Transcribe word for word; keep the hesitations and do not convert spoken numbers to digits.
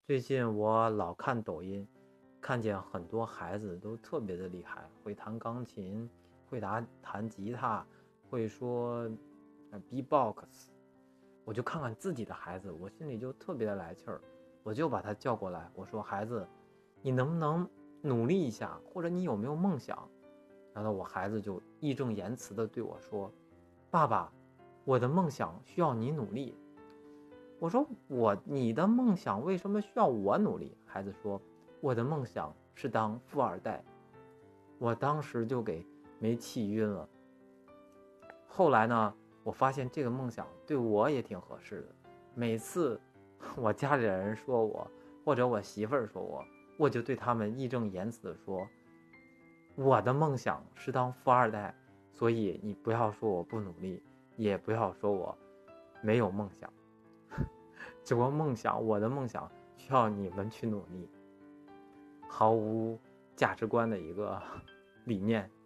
最近我老看抖音，看见很多孩子都特别的厉害，会弹钢琴，会弹弹吉他，会说呃 B-box。我就看看自己的孩子，我心里就特别的来气儿，我就把他叫过来，我说孩子，你能不能努力一下，或者你有没有梦想？然后我孩子就义正言辞的对我说，爸爸，我的梦想需要你努力。我说我你的梦想为什么需要我努力？孩子说我的梦想是当富二代。我当时就给没气晕了。后来呢，我发现这个梦想对我也挺合适的。每次我家里人说我，或者我媳妇儿说我，我就对他们义正言辞的说，我的梦想是当富二代，所以你不要说我不努力，也不要说我没有梦想。只不过梦想，我的梦想需要你们去努力。毫无价值观的一个理念。